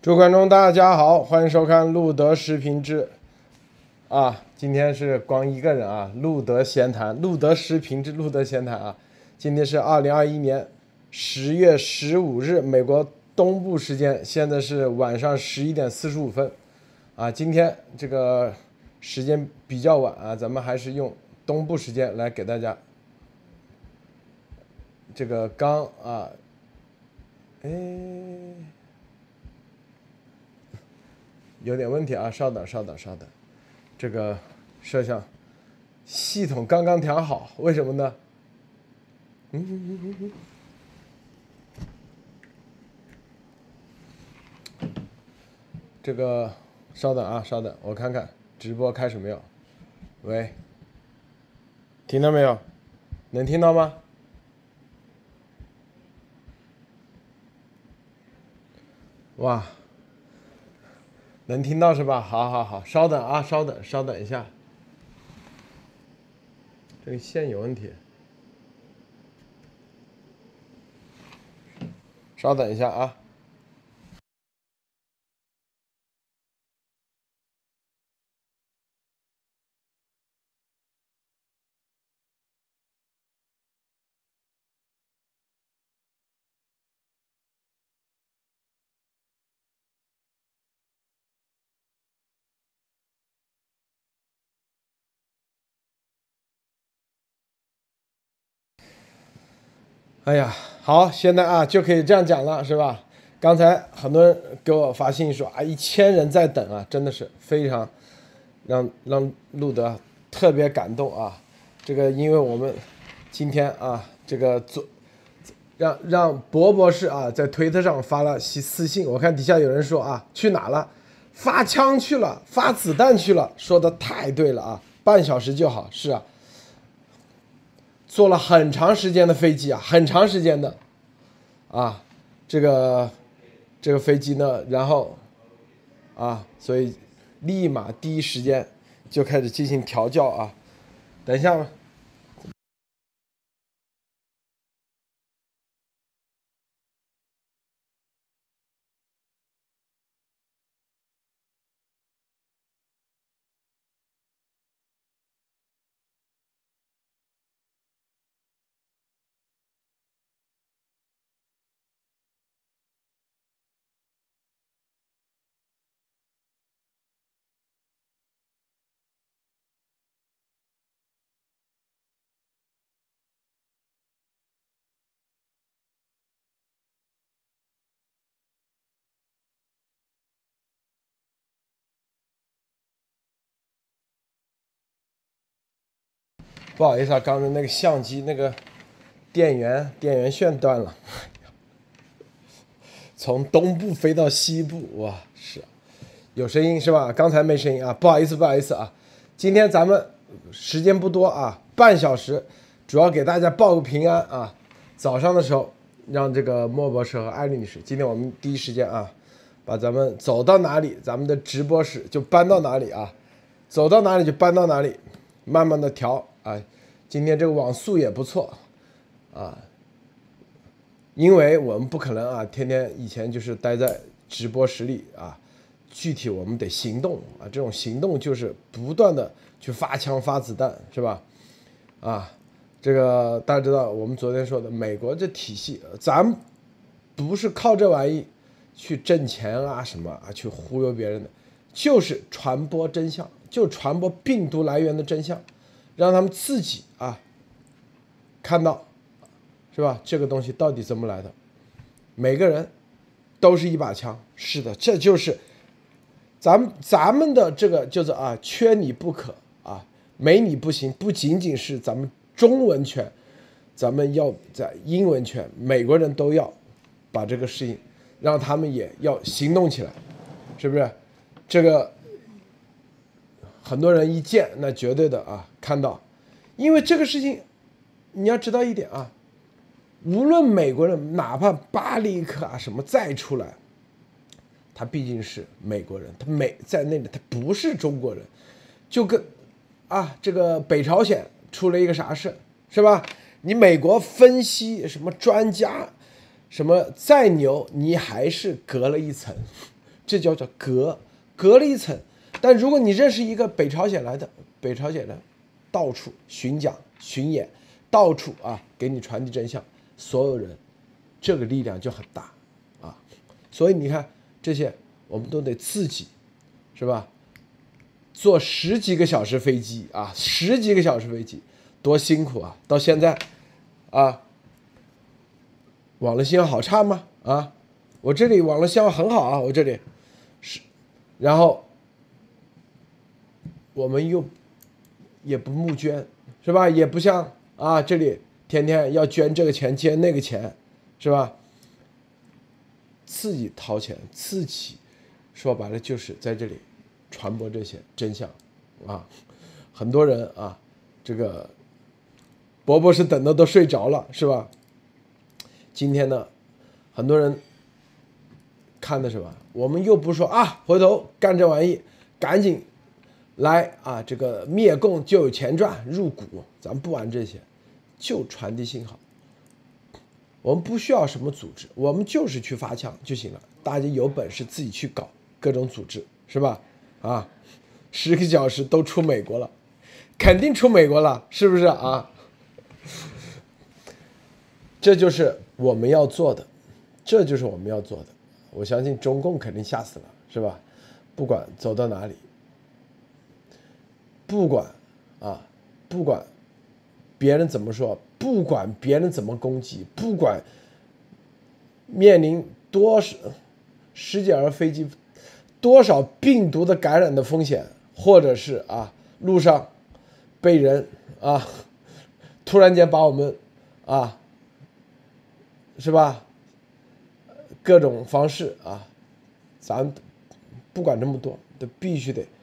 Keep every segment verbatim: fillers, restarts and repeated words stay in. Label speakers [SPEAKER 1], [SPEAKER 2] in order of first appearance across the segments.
[SPEAKER 1] 诸位观众，大家好，欢迎收看路德时评之啊，今天是光一个人啊，路德闲谈，路德时评之路德闲谈啊，今天是二零二一年十月十五日，美国东部时间，现在是晚上十一点四十五分啊，今天这个时间比较晚啊，咱们还是用东部时间来给大家这个刚啊，哎。有点问题啊，稍等，稍等，稍等，这个摄像系统刚刚调好，为什么呢？嗯嗯嗯嗯嗯，这个稍等啊，稍等，我看看直播开始没有？喂，听到没有？能听到吗？哇！能听到是吧？好好好，稍等啊，稍等，稍等一下，这个线有问题，稍等一下啊。哎呀，好，现在啊就可以这样讲了，是吧？刚才很多人给我发信息说啊，一千人在等啊，真的是非常让让路德特别感动啊。这个因为我们今天啊，这个做让让博博士啊在推特上发了私信，我看底下有人说啊去哪了，发枪去了，发子弹去了，说的太对了啊，半小时就好，是啊。坐了很长时间的飞机啊，很长时间的，啊，这个这个飞机呢，然后啊，所以立马第一时间就开始进行调教啊。等一下吧。不好意思啊，刚才那个相机那个电源电源线断了，从东部飞到西部，哇，是有声音是吧？刚才没声音啊，不好意思，不好意思啊。今天咱们时间不多啊，半小时，主要给大家报个平安啊。早上的时候，让这个莫博士和艾丽女士，今天我们第一时间啊，把咱们走到哪里，咱们的直播室就搬到哪里啊，走到哪里就搬到哪里，慢慢的调啊。今天这个网速也不错啊，因为我们不可能啊，天天以前就是待在直播室里啊。具体我们得行动啊，这种行动就是不断的去发枪发子弹，是吧？啊，这个大家知道，我们昨天说的美国这体系，咱不是靠这玩意去挣钱啊什么啊，去忽悠别人的，就是传播真相，就传播病毒来源的真相，让他们自己啊看到，是吧？这个东西到底怎么来的？每个人都是一把枪，是的，这就是。咱们咱们的这个就是啊，缺你不可啊，没你不行，不仅仅是咱们中文圈，咱们要在英文圈，美国人都要把这个事情让他们也要行动起来，是不是？这个很多人一见那绝对的啊，看到，因为这个事情你要知道一点啊，无论美国人哪怕巴利克啊什么再出来。他毕竟是美国人，他美在那里，他不是中国人，就跟啊这个北朝鲜出了一个啥事，是吧？你美国分析什么专家，什么再牛，你还是隔了一层， 这叫做隔隔了一层。但如果你认识一个北朝鲜来的，北朝鲜的到处巡讲巡演，到处啊给你传递真相，所有人这个力量就很大啊。所以你看这些我们都得自己是吧，坐十几个小时飞机啊，十几个小时飞机多辛苦啊！到现在啊，网络信号好差吗？啊，我这里网络信号很好啊，我这里是，然后我们又也不募捐是吧？也不像啊这里天天要捐这个钱捐那个钱是吧？自己掏钱，自己说白了就是在这里传播这些真相啊。很多人啊，这个伯伯是等的都睡着了是吧？今天呢，很多人看的什么？我们又不说啊，回头干这玩意，赶紧来啊，这个灭共就有钱赚，入股，咱们不玩这些，就传递信号。我们不需要什么组织，我们就是去发枪就行了。大家有本事自己去搞各种组织，是吧？啊，十个小时都出美国了，肯定出美国了，是不是啊？这就是我们要做的，这就是我们要做的。我相信中共肯定吓死了，是吧？不管走到哪里，不管啊，不管别人怎么说，不管别人怎么攻击，不管面临多少十几架飞机多少病毒的感染的风险，或者是啊路上被人啊突然间把我们啊是吧各种方式啊，咱不管这么多，都必须得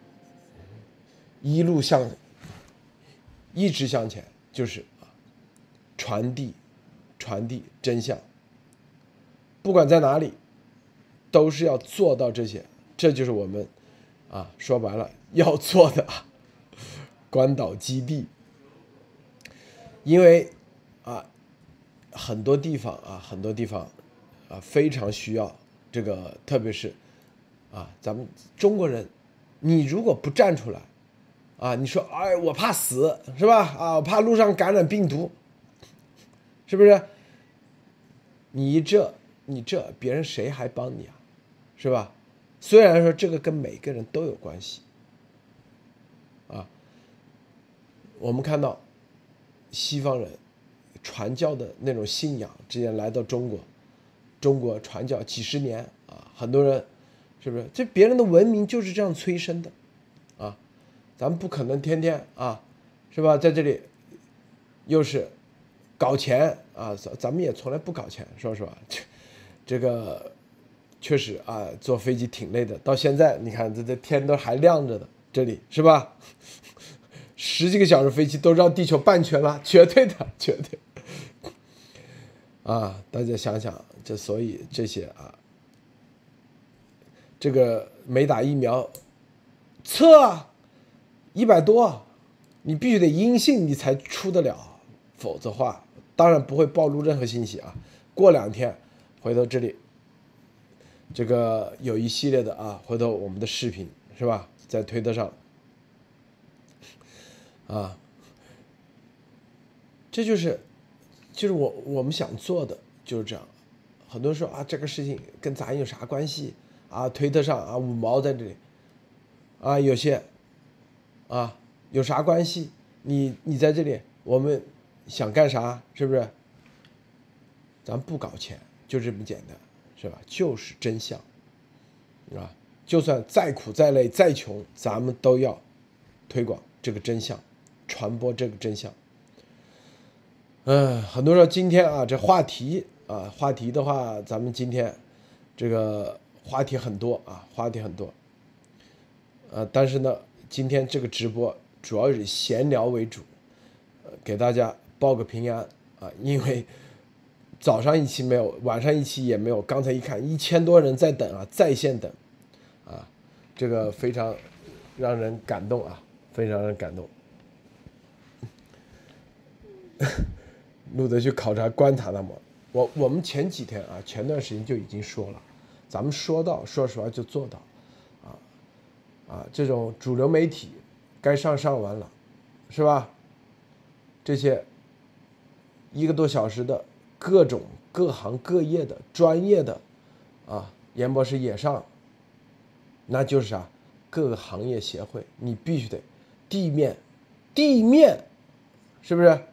[SPEAKER 1] 一路向一直向前，就是传递传递真相，不管在哪里都是要做到这些，这就是我们啊说白了要做的啊关岛基地。因为啊很多地方啊很多地方啊非常需要这个，特别是啊咱们中国人，你如果不站出来啊，你说哎我怕死是吧？啊我怕路上感染病毒，是不是？你这你这别人谁还帮你啊？是吧？虽然说这个跟每个人都有关系啊，我们看到西方人传教的那种信仰，之前来到中国，中国传教几十年啊，很多人是不是？这别人的文明就是这样催生的啊，咱们不可能天天啊，是吧？在这里又是搞钱啊，咱咱们也从来不搞钱，说实话，这这个确实啊，坐飞机挺累的。到现在你看，这这天都还亮着的，这里是吧？十几个小时飞机都绕地球半圈了，绝对的，绝对。啊，大家想想，这所以这些啊，这个没打疫苗，测一百多，你必须得阴性你才出得了，否则话当然不会暴露任何信息啊。过两天回头这里这个有一系列的啊，回头我们的视频是吧，在推特上啊，这就是就是我我们想做的就是这样。很多人说啊，这个事情跟咱有啥关系啊？推特上啊五毛在这里啊，有些啊有啥关系？你你在这里，我们想干啥？是不是？咱不搞钱，就这么简单，是吧？就是真相啊！就算再苦再累再穷，咱们都要推广这个真相，传播这个真相。嗯，很多人说今天啊，这话题啊，话题的话，咱们今天这个话题很多啊，话题很多。呃，但是呢，今天这个直播主要以闲聊为主，呃，给大家报个平安啊，因为早上一期没有，晚上一期也没有，刚才一看一千多人在等啊，在线等啊，这个非常让人感动啊，非常让人感动。路德去考察观察他们，我我们前几天啊，前段时间就已经说了， 咱们说到，说实话就做到，啊啊，这种主流媒体该上上完了，是吧？这些一个多小时的各种各行各业的专业的啊，严博士也上，那就是啥？各个行业协会，你必须得地面，地面，是不是？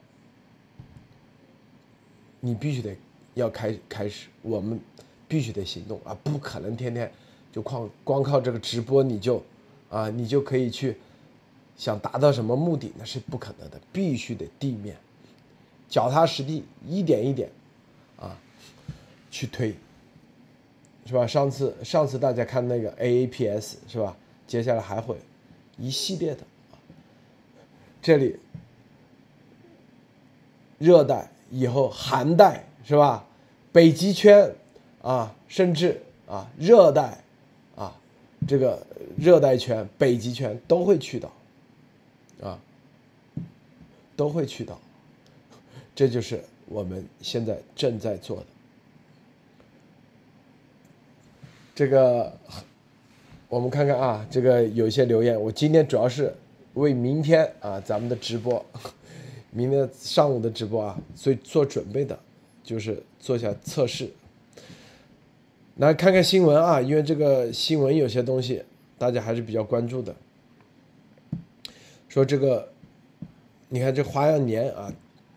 [SPEAKER 1] 你必须得要开开始，我们必须得行动啊！不可能天天就光光靠这个直播你就啊你就可以去想达到什么目的，那是不可能的，必须得地面，脚踏实地，一点一点啊去推，是吧？上次上次大家看那个 A A P S 是吧？接下来还会一系列的，这里热带。以后寒带是吧？北极圈啊，甚至啊热带啊，这个热带圈、北极圈都会去到，啊，都会去到，这就是我们现在正在做的。这个我们看看啊，这个有一些留言，我今天主要是为明天啊咱们的直播。明天上午的直播啊，所以做准备的，就是做一下测试。来看看新闻啊，因为这个新闻有些东西大家还是比较关注的。说这个，你看这花样年啊，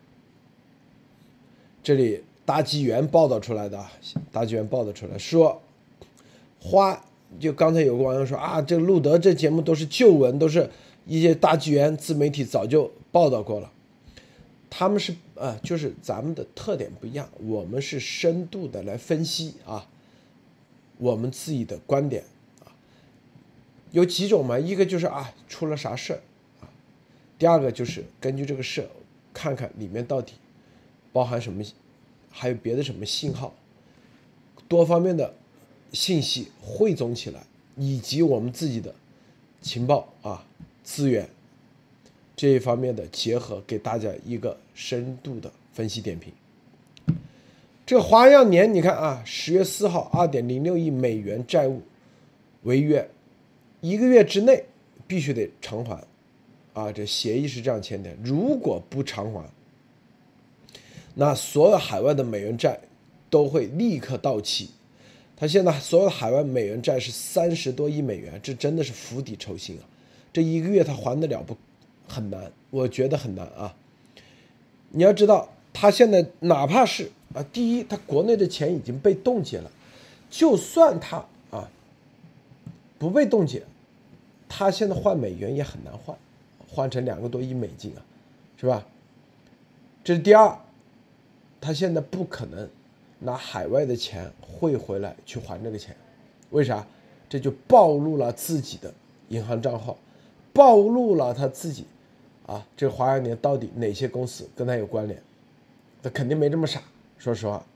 [SPEAKER 1] 这里大纪元报道出来的啊，大纪元报道出来说，花就刚才有个网友说啊，这路德这节目都是旧闻，都是一些大纪元自媒体早就报道过了。他们是啊，就是咱们的特点不一样，我们是深度的来分析啊，我们自己的观点啊，有几种嘛，一个就是啊出了啥事啊，第二个就是根据这个事看看里面到底包含什么，还有别的什么信号，多方面的信息汇总起来，以及我们自己的情报啊资源。这一方面的结合，给大家一个深度的分析点评。这个花样年，你看啊，十月四号，二点零六亿美元债务违约，一个月之内必须得偿还，啊，这协议是这样签的。如果不偿还，那所有海外的美元债都会立刻到期。他现在所有的海外美元债是三十多亿美元，这真的是釜底抽薪啊！这一个月他还得了不？很难，我觉得很难啊！你要知道，他现在哪怕是啊，第一，他国内的钱已经被冻结了，就算他啊不被冻结，他现在换美元也很难换，换成两个多亿美金啊，是吧？这是第二，他现在不可能拿海外的钱汇回来去还这个钱，为啥？这就暴露了自己的银行账号，暴露了他自己。啊，这个花样年到底哪些公司跟他有关联？他肯定没这么傻，说实话。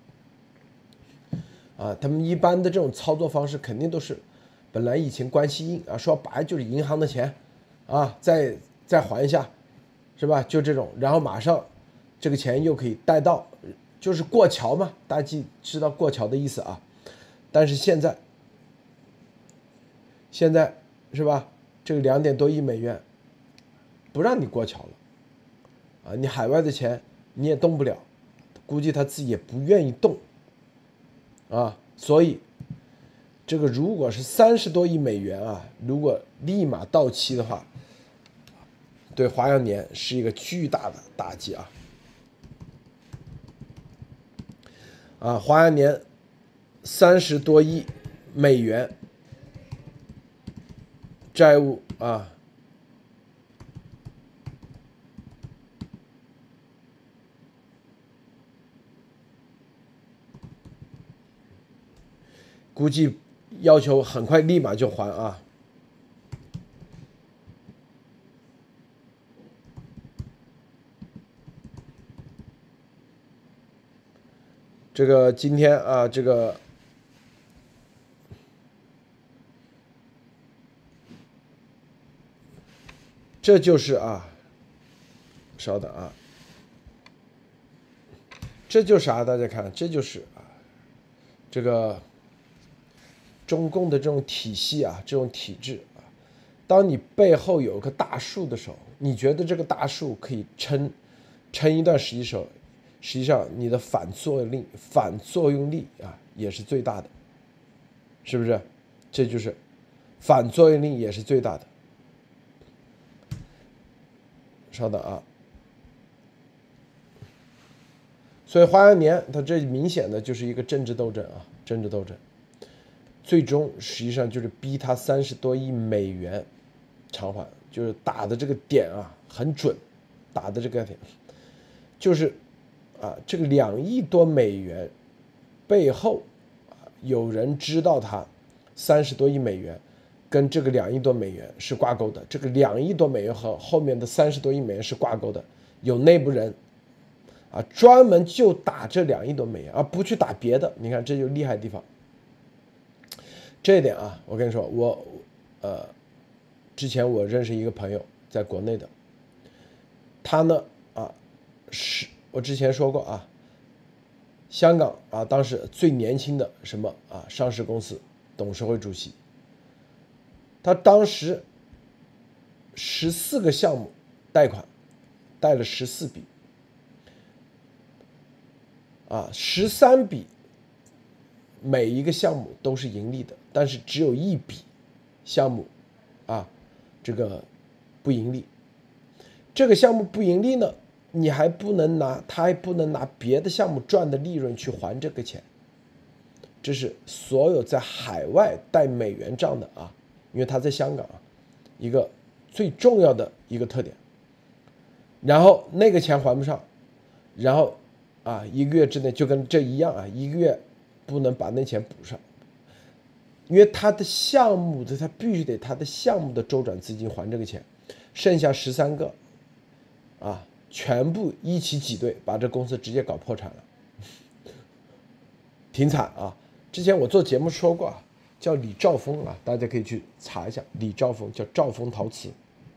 [SPEAKER 1] 啊，他们一般的这种操作方式肯定都是，本来以前关系硬啊，说白就是银行的钱，啊，再再还一下，是吧？就这种，然后马上这个钱又可以带到，就是过桥嘛，大家知道过桥的意思啊。但是现在，现在是吧？这个两点多亿美元。不让你过桥了，啊，你海外的钱你也动不了，估计他自己也不愿意动，啊，所以这个如果是三十多亿美元啊，如果立马到期的话，对花样年是一个巨大的打击啊！啊，花样年三十多亿美元债务啊。估计要求很快立马就还啊！这个今天啊，这个这就是啊，稍等啊，这就是啥？大家看，这就是啊，这个中共的这种体系啊，这种体制啊，当你背后有个大树的时候，你觉得这个大树可以撑撑一段时间的时候，实际上你的反作用力反作用力啊也是最大的，是不是？这就是反作用力也是最大的。稍等啊。所以花样年它这明显的就是一个政治斗争啊，政治斗争，最终实际上就是逼他三十多亿美元偿还，就是打的这个点啊很准，打的这个点就是啊这个两亿多美元背后啊有人知道他三十多亿美元跟这个两亿多美元是挂钩的，这个两亿多美元和后面的三十多亿美元是挂钩的，有内部人。啊，专门就打这两亿多美元，而不去打别的。你看，这就厉害的地方。这一点啊，我跟你说，我呃，之前我认识一个朋友，在国内的，他呢啊，是我之前说过啊，香港啊，当时最年轻的什么啊，上市公司董事会主席，他当时十四个项目贷款，贷了十四笔。啊，十三笔，每一个项目都是盈利的，但是只有一笔项目，啊，这个不盈利。这个项目不盈利呢，你还不能拿，他还不能拿别的项目赚的利润去还这个钱。这是所有在海外贷美元账的啊，因为他在香港啊，一个最重要的一个特点。然后那个钱还不上，然后。啊，一个月之内就跟这一样啊，一个月不能把那钱补上，因为他的项目的他必须得他的项目的周转资金还这个钱，剩下十三个，啊，全部一起挤兑，把这公司直接搞破产了，挺惨啊！之前我做节目说过啊，叫李兆丰啊，大家可以去查一下，李兆丰叫兆丰陶瓷，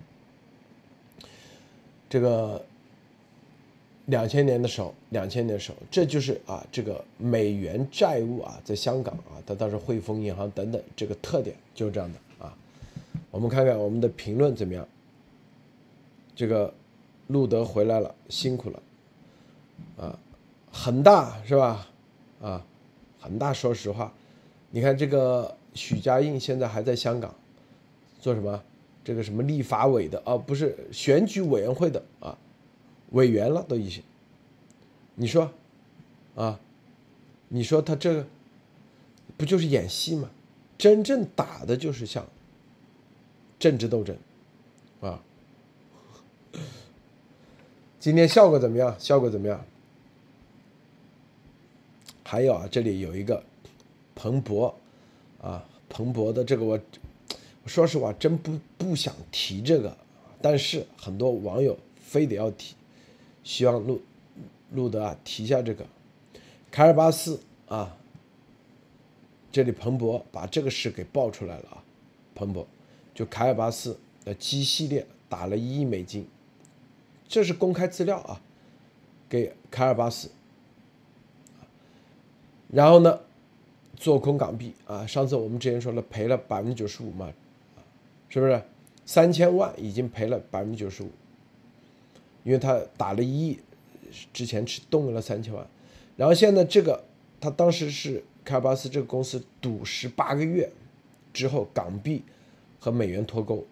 [SPEAKER 1] 这个。两千年的时候，两千年的时候，这就是啊，这个美元债务啊，在香港啊，它当时汇丰银行等等，这个特点就是这样的啊。我们看看我们的评论怎么样？这个路德回来了，辛苦了啊。恒大是吧？啊，恒大，说实话，你看这个许家印现在还在香港做什么？这个什么立法委的啊，不是选举委员会的啊。委员了都已经，你说，啊，你说他这个不就是演戏吗？真正打的就是像政治斗争，啊，今天效果怎么样？效果怎么样？还有啊，这里有一个彭博，啊，彭博的这个我，说实话真不不想提这个，但是很多网友非得要提。希望路路德啊提一下这个凯尔巴斯啊，这里彭博把这个事给爆出来了啊，彭博就凯尔巴斯的 G 系列打了一亿美金，这是公开资料啊，给凯尔巴斯，然后呢做空港币啊，上次我们之前说了赔了百分之九十五嘛，是不是三千万已经赔了百分之九十五？因为他打了一亿，之前只动用了三千万，然后现在这个他当时是凯尔巴斯这个公司赌十八个月之后港币和美元脱钩，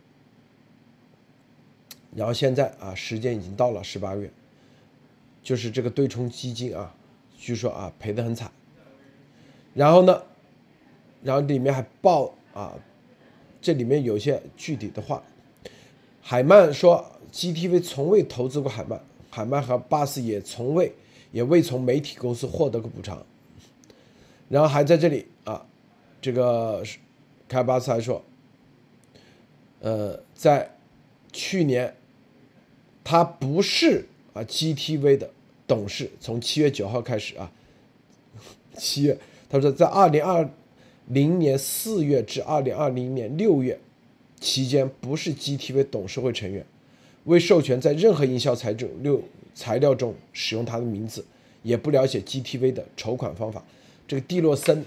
[SPEAKER 1] 然后现在啊时间已经到了十八个月，就是这个对冲基金啊，据说啊赔得很惨，然后呢，然后里面还报啊，这里面有些具体的话，海曼说。G T V 从未投资过海曼，海曼和巴斯也从未也未从媒体公司获得过补偿，然后还在这里啊，这个凯尔巴斯还说，呃，在去年他不是啊 G T V 的董事，从七月九号开始啊，七月他说在二零二零年四月至二零二零年六月期间不是 G T V 董事会成员。未授权在任何营销材质材料中使用他的名字，也不了解 G T V 的筹款方法。这个蒂洛森啊，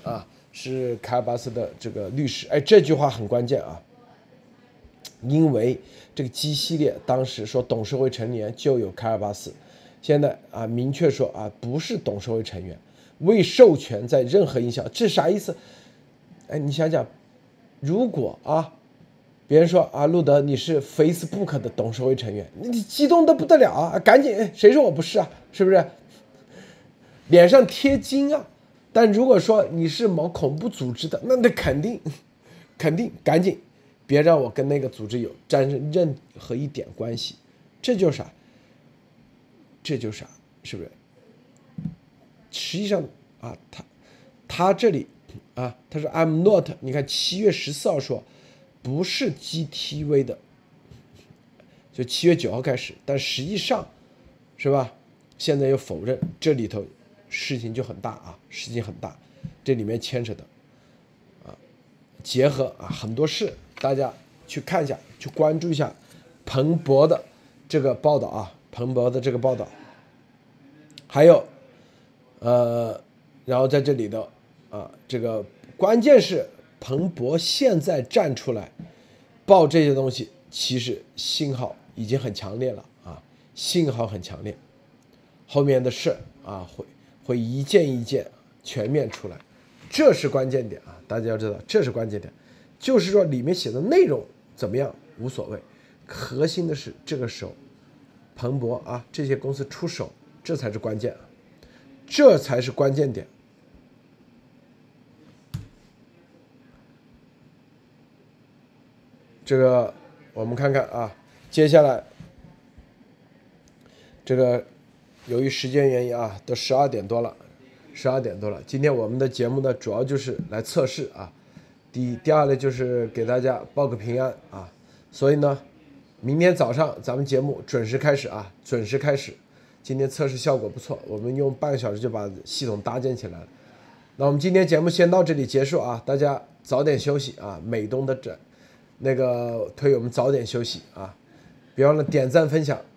[SPEAKER 1] 是凯尔巴斯的这个律师。哎，这句话很关键啊，因为这个 G 系列当时说董事会成员就有凯尔巴斯，现在啊明确说啊不是董事会成员，未授权在任何影响，这啥意思？哎，你想想，如果啊别人说啊路德你是 Facebook 的董事会成员，你激动的不得了啊，赶紧，哎，谁说我不是啊？是不是？脸上贴金啊！但如果说你是某恐怖组织的，那那肯定肯定赶紧，别让我跟那个组织有沾上任何一点关系。这就是啥？这就是啥？是不是？实际上啊，他他这里啊，他说 I'm not， 你看七月十四号说不是 G T V 的，就七月九号开始，但实际上是吧？现在又否认，这里头事情就很大啊，事情很大，这里面牵扯的啊，结合啊很多事，大家去看一下，去关注一下彭博的这个报道啊，彭博的这个报道，还有呃，然后在这里的啊，这个关键是彭博现在站出来报这些东西，其实信号已经很强烈了啊，信号很强烈，后面的事啊会。会一件一件全面出来，这是关键点啊！大家要知道，这是关键点，就是说里面写的内容怎么样无所谓，核心的是这个时候，彭博啊这些公司出手，这才是关键啊，这才是关键点。这个我们看看啊，接下来这个。由于时间原因啊，都十二点多了，十二点多了。今天我们的节目呢，主要就是来测试啊。第一，第二呢，就是给大家报个平安啊。所以呢，明天早上咱们节目准时开始啊，准时开始。今天测试效果不错，我们用半个小时就把系统搭建起来了。那我们今天节目先到这里结束啊，大家早点休息啊。美东的这那个推我们早点休息啊，别忘了点赞分享。